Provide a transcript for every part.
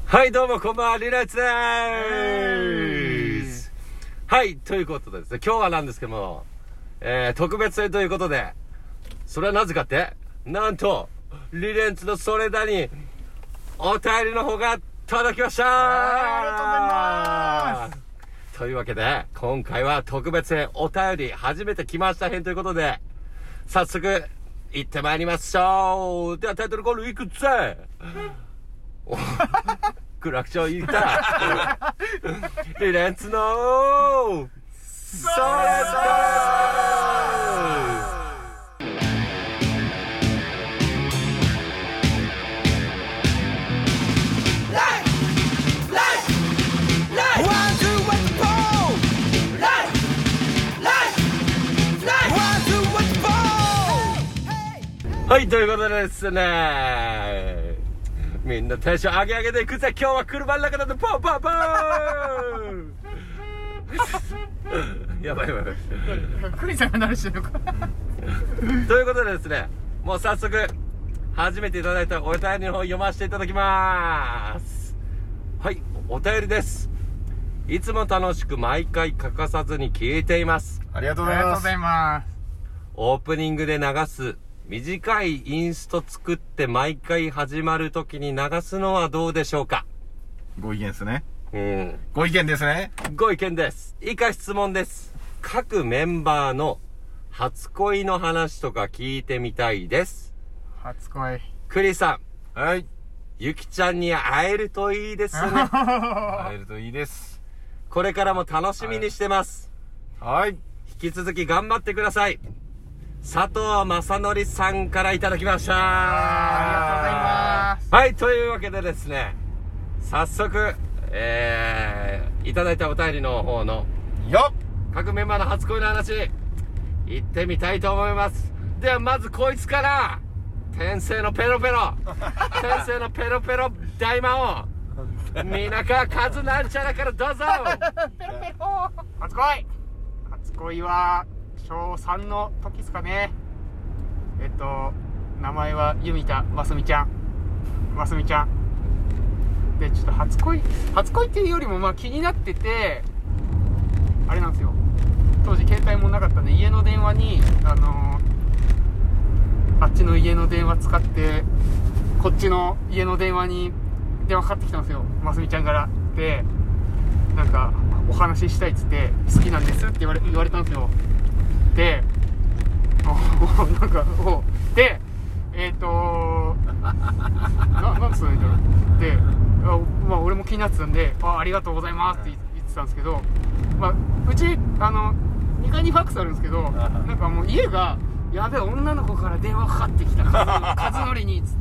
はいどうもこんばんは、リライツでーす。はい、ということでですね、今日はなんですけども、特別編ということで、それはなぜかって、なんとリレンツのソレダにお便りの方が届きました。 ありがとうございます。 というわけで今回は特別編、お便り初めて来ました編ということで、早速行ってまいりましょう。ではタイトルコールいくぜ。クラクションいったリレンツのソレダ。はい、ということでですね、みんなテンション上げ上げでいくぜ。今日は車の中だとポンポンポンやばいやばいクリさんが何してるのかということでですね、もう早速初めていただいたお便りの方読ませていただきます。はい、お便りです。いつも楽しく毎回欠かさずに聞いています。 ありがとうございます。 オープニングで流す短いインスト作って毎回始まる時に流すのはどうでしょうか。 ご意見ですね。 ご意見ですね。 ご意見です。以下質問です。各メンバーの初恋の話とか聞いてみたいです。 初恋。 クリさん。はい。 ゆきちゃんに会えるといいですね。 会えるといいです。 これからも楽しみにしてます。 はい。 引き続き頑張ってください。佐藤正則さんからいただきました。 ありがとうございます。 はい、というわけでですね、早速、いただいたお便りの方の各メンバーの初恋の話行ってみたいと思います。ではまずこいつから、天性のペロペロ天性のペロペロ大魔王みなかかずなんちゃらからどうぞ。 ペロペロ。初恋は小3の時ですかね。名前は弓田ますみちゃんで、ちょっと初恋っていうよりもまあ気になってて、あれなんですよ、当時携帯もなかったんで家の電話にあっちの家の電話使ってこっちの家の電話に電話かかってきたんですよ、ますみちゃんから。で、なんかお話ししたいっつって、好きなんですって言われたんですよ。で、なんかで、なんつうんだろう。で、まあ俺も気になってたんで、ありがとうございますって言ってたんですけど、まあうち2階にファックスあるんですけど、なんかもう家がやべえ女の子から電話かかってきた和則にっつって、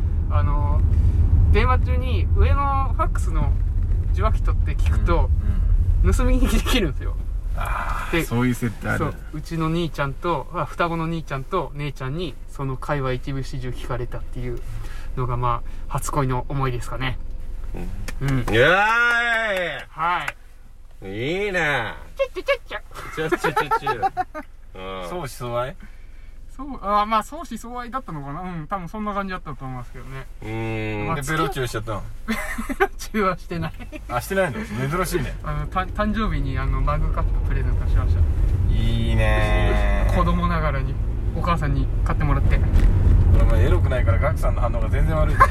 電話中に上のファックスの受話器取って聞くと、盗み聞きできるんですよ。 で、そういう設定ある。 そう、うちの兄ちゃんと双子の兄ちゃんと姉ちゃんにその会話一部始終聞かれたっていうのが、まあ初恋の思いですかね。 イエーイ。 はい、 いいね。 ちゃ相思相愛。 そう、まあ相思相愛だったのかな。多分そんな感じだったと思いますけどね。 でベロチューしちゃったの。 ベロチューはしてない。 してないの。珍しいね。 誕生日にマグカッププレゼントしました。 いいね。 子供ながらにお母さんに買ってもらって。 お前エロくないからガクさんの反応が全然悪い。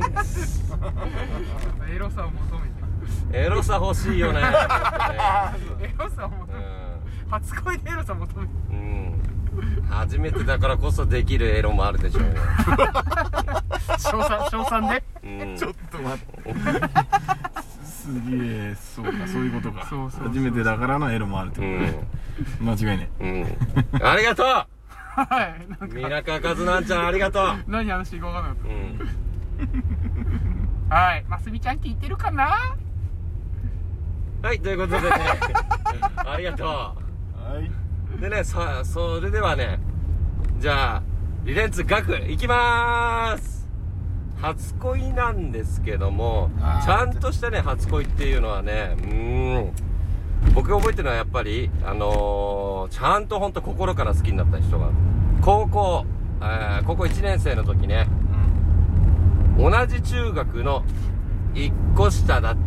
エロさを求めて。 エロさ欲しいよね。 エロさを求めて。初恋でエロさ求めて。 初めてだからこそできるエロもあるでしょうね。 小3で、 ちょっと待って。すげえ、そうか、そういうことか。初めてだからのエロもあるってことね。間違いね。 ありがとう。 はい。 みなかかずなんちゃんありがとう。 何話していいか分かんなかった。はい、ますみちゃん聞いてるかな。 はい、ということでね、ありがとう。 はい。 でね、それではね、じゃあリレンツガクいきまーす。初恋なんですけども、ちゃんとしたね初恋っていうのはね、僕が覚えてるのはやっぱりちゃんと本当心から好きになった人が、高校1年生の時ね、同じ中学の 1個下だった、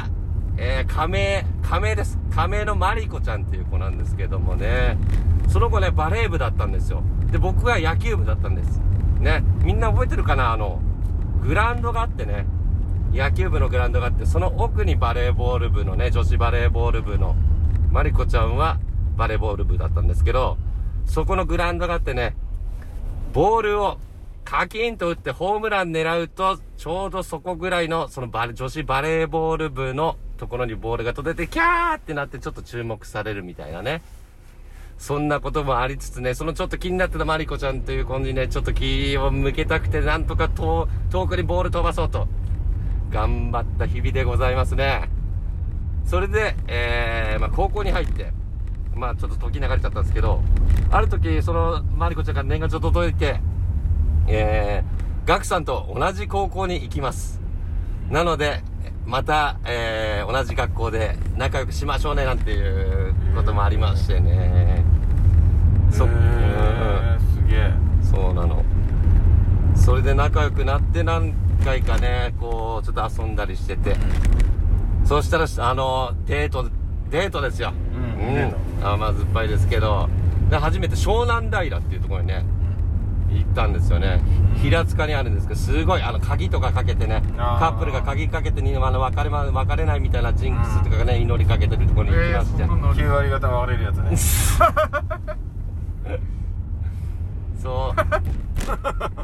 亀です。亀のマリコちゃんっていう子なんですけどもね、その子ね、バレー部だったんですよ。で、僕は野球部だったんです。ね、みんな覚えてるかな？グラウンドがあってね、野球部のグラウンドがあって、その奥にバレーボール部のね、女子バレーボール部のマリコちゃんはバレーボール部だったんですけど、そこのグラウンドがあってね、ボールをカキンと打ってホームラン狙うと、ちょうどそこぐらいの、その女子バレーボール部のところにボールが飛んでて、キャーってなってちょっと注目されるみたいなね。そんなこともありつつね、そのちょっと気になってたマリコちゃんという子にね、ちょっと気を向けたくて、なんとか遠くにボール飛ばそうと、頑張った日々でございますね。それで、高校に入って、ちょっと時流れちゃったんですけど、ある時、そのマリコちゃんから年賀状届いて、ガクさんと同じ高校に行きます。なので、また、同じ学校で仲良くしましょうねなんていうこともありましてね。 すげえ。 そうなの。それで仲良くなって何回かね、こう、ちょっと遊んだりしてて。そうしたら、デートですよ。甘酸っぱいですけど。で、初めて湘南平っていうところにね、行ったんですよね。平塚にあるんですけど、すごい、鍵とかかけてね、カップルが鍵かけて別れないみたいなジンクスとかがね、祈りかけてるところに行きまして。 9割方別れるやつね。 そう。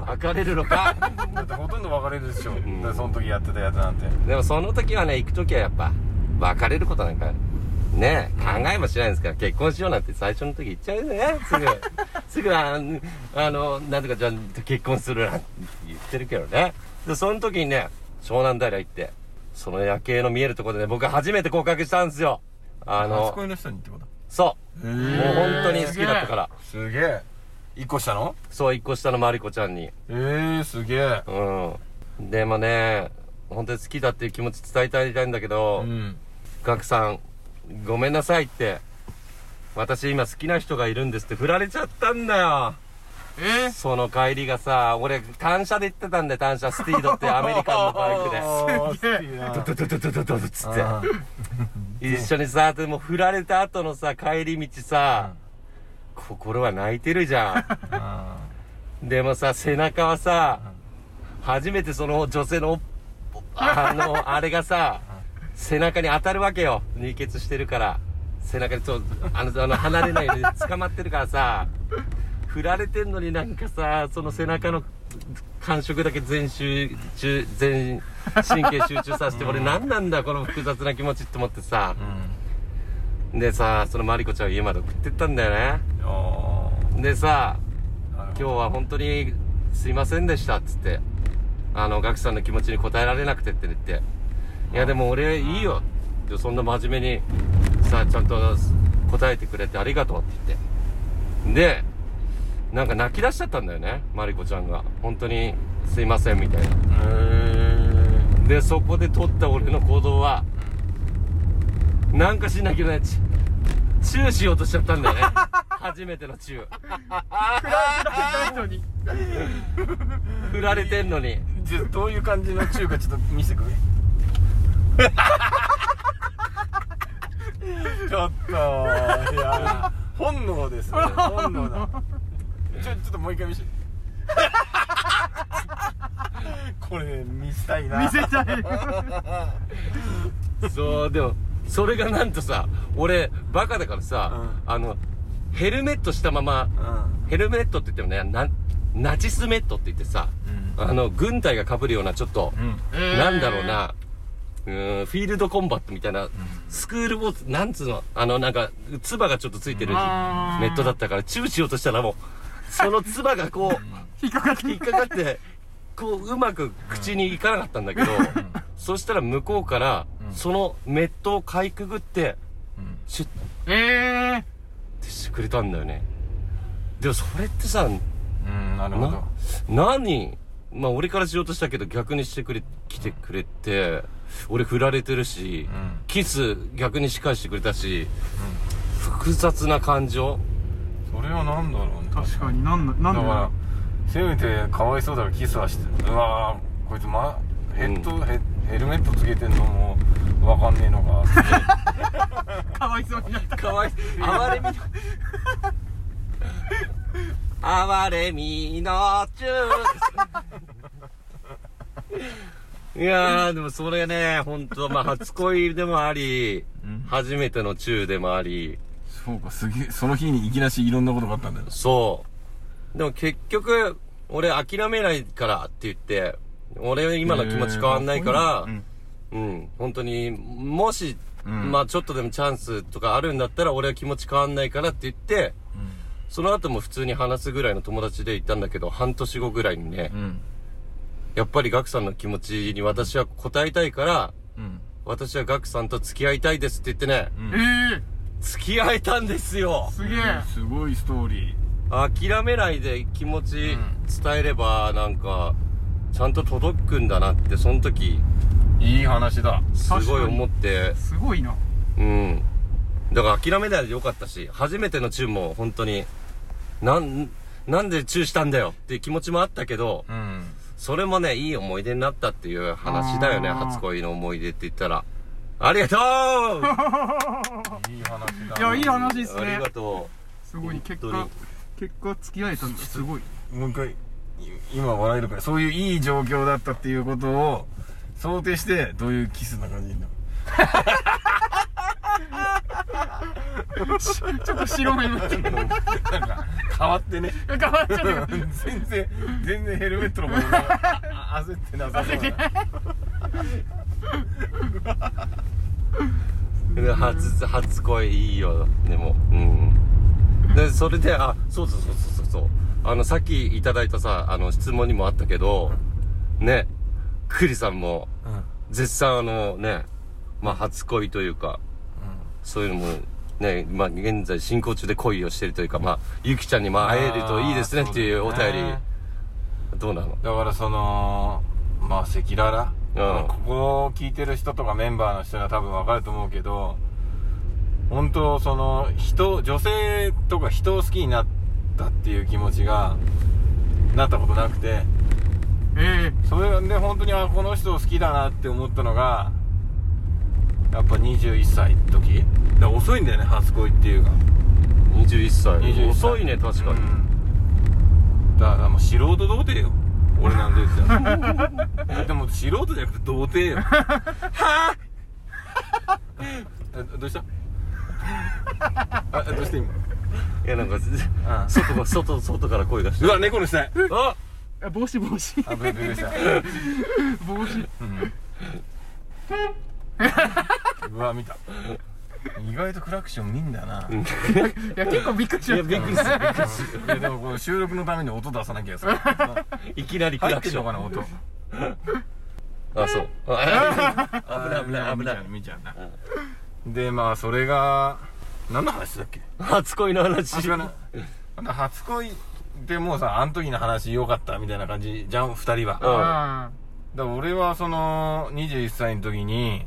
別れるのかだってほとんど別れるでしょ。その時やってたやつなんて。 でもその時はね、行く時はやっぱ、別れることなんか、ね、考えもしないんですから、結婚しようなんて最初の時言っちゃうよね、すぐなんとかじゃあ結婚するなんて言ってるけどね。で、その時にね、湘南平行って、その夜景の見えるところでね、僕は初めて告白したんですよ。 初恋の人にってこと？ そう。もう本当に好きだったから。 すげえ。1個下の？ そう、1個下のマリコちゃんに。 すげえ。 でもね、本当に好きだっていう気持ち伝えたいんだけど、ガクさん、ごめんなさいって、私今好きな人がいるんですって振られちゃったんだよ。その帰りがさ、俺単車で行ってたんだよ。単車スティードってアメリカンのバイクで。すげえ。ドドドドドドドドつって一緒にさ、でも振られた後のさ、帰り道さ、心は泣いてるじゃん。でもさ、背中はさ、初めてその女性のあれがさ、背中に当たるわけよ。二血してるから。背中に離れないように捕まってるからさ、振られてんのになんかさ、その背中の感触だけ全神経集中させて、俺何なんだこの複雑な気持ちって思ってさ、でさ、そのマリコちゃんを家まで送ってったんだよね。でさ、今日は本当にすいませんでしたっつって、ガクさんの気持ちに応えられなくてって言って、いやでも俺いいよ、そんな真面目にさ、ちゃんと答えてくれてありがとうって言って、でなんか泣き出しちゃったんだよね、マリコちゃんが。本当にすいませんみたいな。でそこで取った俺の行動は、なんかしなきゃいけない、チューしようとしちゃったんだよね。初めてのチュー。振られてんのに。 どういう感じのチューかちょっと見せてくれ。ちょっと、いや、本能ですね。本能だ。ちょっともう一回見せて。これ見せたいな。 見せたい。 そう、でもそれがなんとさ、俺バカだからさ、ヘルメットしたまま、ヘルメットって言ってもね、ナチスメットって言ってさ、軍隊が被るようなちょっと、なんだろうな、フィールドコンバットみたいな、スクールウォーズ、なんつうの、なんか、唾がちょっとついてるメットだったから、チューしようとしたらもう、その唾がこう、引っかかって、こう、うまく口にいかなかったんだけど、そしたら向こうから、そのメットをかいくぐって、シュッ、ってしてくれたんだよね。でもそれってさ、 なるほど。 何？まあ俺からしようとしたけど逆に来てくれて、俺振られてるし、キス逆に仕返してくれたし、複雑な感情。 それはなんだろうね。 確かになんだろう。 せめてかわいそうだからキスはして、うわーこいつヘッヘルメットつけてんのもわかんねえのかかわいそうになった。 かわいそう。哀れみの中いやー、でもそれね、ほんと、まあ、初恋でもあり、初めてのチューでもあり。 そうか、すげえ、その日にいきなしいろんなことがあったんだよ。 そう。でも結局、俺諦めないからって言って、俺今の気持ち変わんないから、本当に、もし、まあちょっとでもチャンスとかあるんだったら、俺は気持ち変わんないからって言って、その後も普通に話すぐらいの友達でいたんだけど、半年後ぐらいにね、やっぱりガクさんの気持ちに私は応えたいから、私はガクさんと付き合いたいですって言ってね、付き合えたんですよ。 すげえ。 すごいストーリー。諦めないで気持ち伝えれば、なんか、ちゃんと届くんだなって、その時。 いい話だ。 すごい思って。 すごいな。 だから諦めないでよかったし、初めてのチューも本当に、なんでチューしたんだよっていう気持ちもあったけど、それもね、いい思い出になったっていう話だよね、初恋の思い出って言ったら。ありがとういい話だ。 いや、いい話ですね。 ありがとう。すごい、結果付き合えたんだ。すごい。 もう一回、今笑えるから、そういういい状況だったっていうことを想定して、どういうキスな感じになるちょっと白目になってる。 なんか変わってね。 変わっちゃう。 全然ヘルメットの方が焦ってなさそうう。初恋いいよ、でも。で、それで、そう。さっきいただいたさ、質問にもあったけど、ね、クリさんも、絶賛ね、まあ、初恋というか、そういうのも、ね、まあ、現在進行中で恋をしてるというか、まあ、ゆきちゃんに会えるといいですねっていうお便り、どうなの？ だからまあ、赤裸々、ここを聞いてる人とかメンバーの人には多分わかると思うけど、本当女性とか人を好きになったっていう気持ちが、なったことなくて、それで本当にこの人を好きだなって思ったのが、やっぱ21歳の時だ。遅いんだよね、初恋っていうか。 21歳遅いね、確かに。 だからもう素人童貞よ、俺なんですよ。でも素人じゃなくて童貞よ。はぁどうしたどうして今。 いや、なんか外から声がして。 うわ、猫の下へ。 帽子。 びっくりした。 帽子。 うわ、見た。意外とクラクション見んだな。 いや、結構びっくりしました。 びっくりする。 いや、でもこの収録のために音出さなきゃさ。 いきなりクラクション。 入ってんのかな、音。そう。危ない。 見ちゃうな。で、まあ、それが、何の話だっけ？ 初恋の話。 初恋でもうさ、あの時の話良かったみたいな感じじゃん、二人は。だから俺は21歳の時に、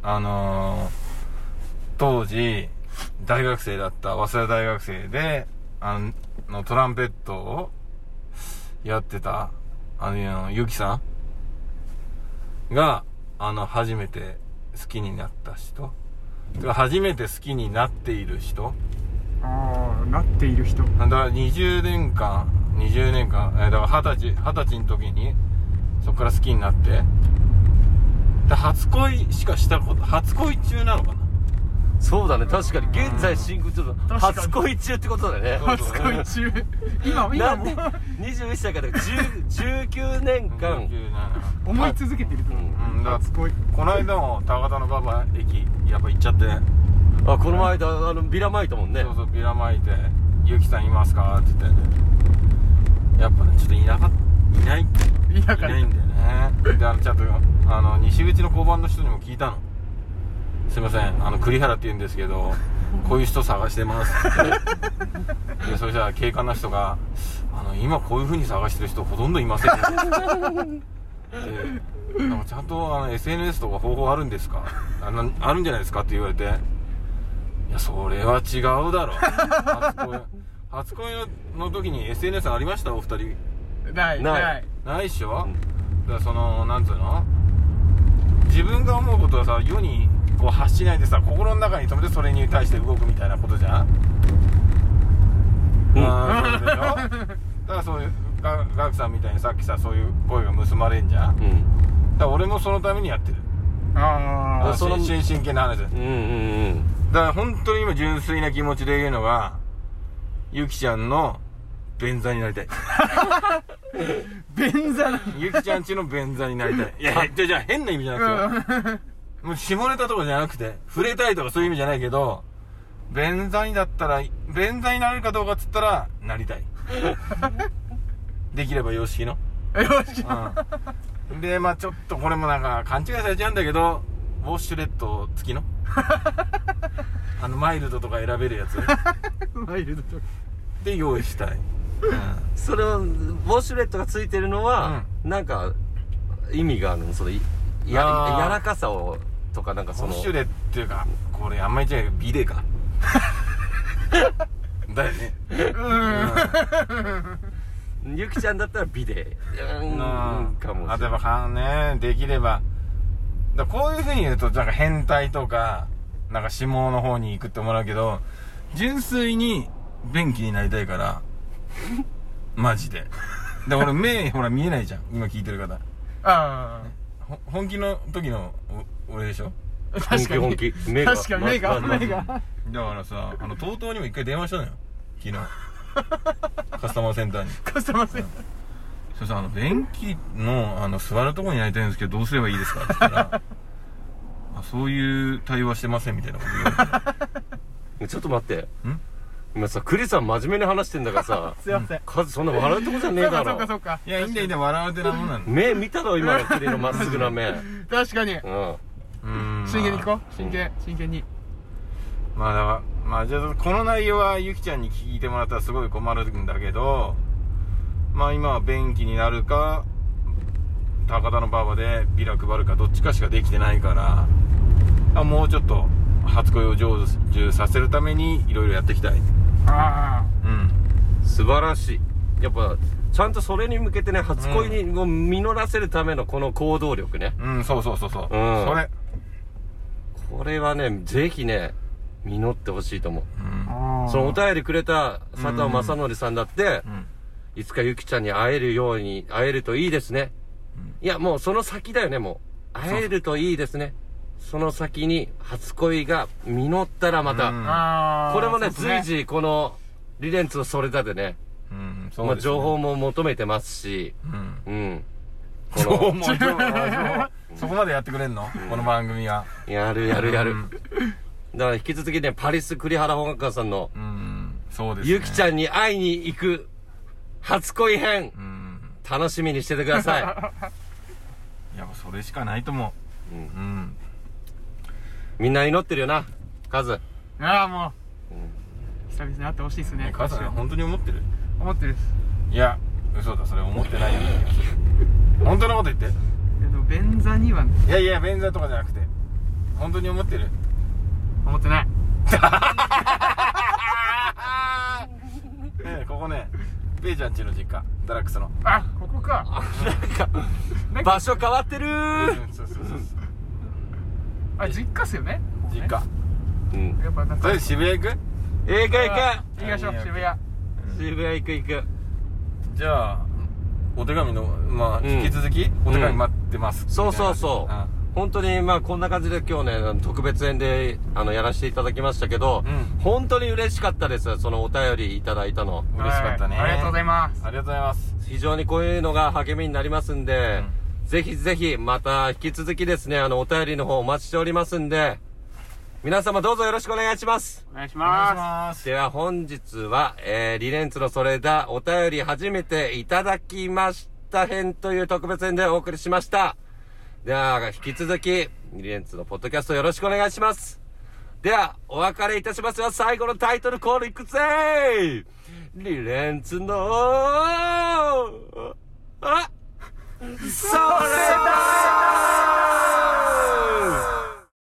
当時、大学生だった早稲田大学生で、トランペットをやってた、ゆきさんが、初めて好きになった人。初めて好きになっている人。 なっている人。 だから20年間、だから20歳の時に、そこから好きになって、初恋しかしたこと、初恋中なのかな。 そうだね、確かに現在進行中の初恋中ってことだね。 初恋中。今も 21歳から19年間思い続けてると。 初恋。この間も高田の馬場駅やっぱ行っちゃって、 この間ビラ巻いたもんね。 そう、ビラ巻いて、ゆきさんいますかって言って、やっぱね、ちょっといないんだよね。で、ちゃんと西口の交番の人にも聞いたの。すいません、栗原って言うんですけど、こういう人探してますってで、それじゃあ警官の人が、今こういう風に探してる人ほとんどいませんで、なんかちゃんとSNS とか方法あるんですか、あるんじゃないですかって言われて、いや、それは違うだろ。初恋の時に SNS ありました？お二人。 ないっしょ？だからなんつうの？ 自分が思うことはさ世にこう発しないでさ心の中に留めてそれに対して動くみたいなことじゃん。そうでしょ。だからそういうガクさんみたいにさっきさそういう声が結ばれんじゃん。だから俺もそのためにやってる。真剣な話だ。だから本当に今純粋な気持ちで言うのがゆきちゃんの便座になりたい。 便座ゆきちゃんちの便座になりたい。いやじゃあ変な意味じゃなくてもう下ネタとかじゃなくて触れたいとかそういう意味じゃないけど便座になれるかどうかっつったらなりたい。できれば洋式のでまあちょっとこれもなんか勘違いされちゃうんだけどウォッシュレット付きのマイルドとか選べるやつマイルドとかで用意したい。 それをウォッシュレットがついてるのは、なんか意味があるの？その柔らかさをとかなんかそのウォッシュレットっていうかこれあんまり言っちゃうけどビデかだよね。 ゆきちゃんだったらビデかもしれない。 例えばねできればだこういう風に言うとなんか変態とかなんか下の方に行くってもらうけど純粋に便器になりたいからマジで。で俺目ほら見えないじゃん今聞いてる方。本気の時の俺でしょ。 確かに本気目が確かに目がだからさTOTOにも一回電話したのよ昨日カスタマーセンターに。 カスタマーセンターそしたら便器の座るところになりたいんですけどどうすればいいですかって言ったらそういう対話してませんみたいなこと言われて。 ちょっと待って。今さクリさん真面目に話してんだからさすいませんカズそんな笑うとこじゃねえだろ。 そうかいやいいんだいいんだ笑うてなもんなんだ。 目見たろ今のクリのまっすぐな目。 確かに真剣にいこう真剣に。 まあだからまあじゃあこの内容はゆきちゃんに聞いてもらったらすごい困るんだけどまあ今は便器になるか高田の馬場でビラ配るかどっちかしかできてないからもうちょっと初恋を成就させるためにいろいろやっていきたい。 素晴らしい。やっぱちゃんとそれに向けてね初恋を実らせるためのこの行動力ね。 そうそれこれはねぜひね実ってほしいと思う。そのお便りくれた佐藤正則さんだって、いつかゆきちゃんに会えるといいですね。いやもうその先だよね。もう会えるといいですね。その先に初恋が実ったらまた、これもね随時このリレンツのそれだでね、情報も求めてますし、 そこまでやってくれんのこの番組は。 やるだから引き続きねパリス栗原本学館さんのそうですねゆきちゃんに会いに行く初恋編楽しみにしててください。 いやそれしかないと思う。 みんな祈ってるよなカズ。 もう久々に会ってほしいですね。 カズは本当に思ってる？ 思ってるっす。 いや嘘だそれ思ってないよ本当のこと言って。 便座にはいや便座とかじゃなくて本当に思ってる？ 思ってない。 ここねペイちゃんちの実家ダラックスのここか。 なんか場所変わってるそう実家っすよね。 実家。 やっぱなんか渋谷行く？ 行きましょう。 渋谷行く。 じゃあお手紙の引き続きお手紙待ってます。 そう本当にこんな感じで今日ね特別編でやらせていただきましたけど、本当に嬉しかったです。そのお便りいただいたの嬉しかったね。 ありがとうございます。 ありがとうございます。 非常にこういうのが励みになりますんで、ぜひぜひまた引き続きですねお便りの方お待ちしておりますんで皆様どうぞよろしくお願いします。 お願いします。 では本日は、リレンツのそれだお便り初めていただきました編という特別編でお送りしました。では引き続きリレンツのポッドキャストよろしくお願いします。ではお別れいたしますよ。最後のタイトルコールいくぜー。リレンツのそれだー。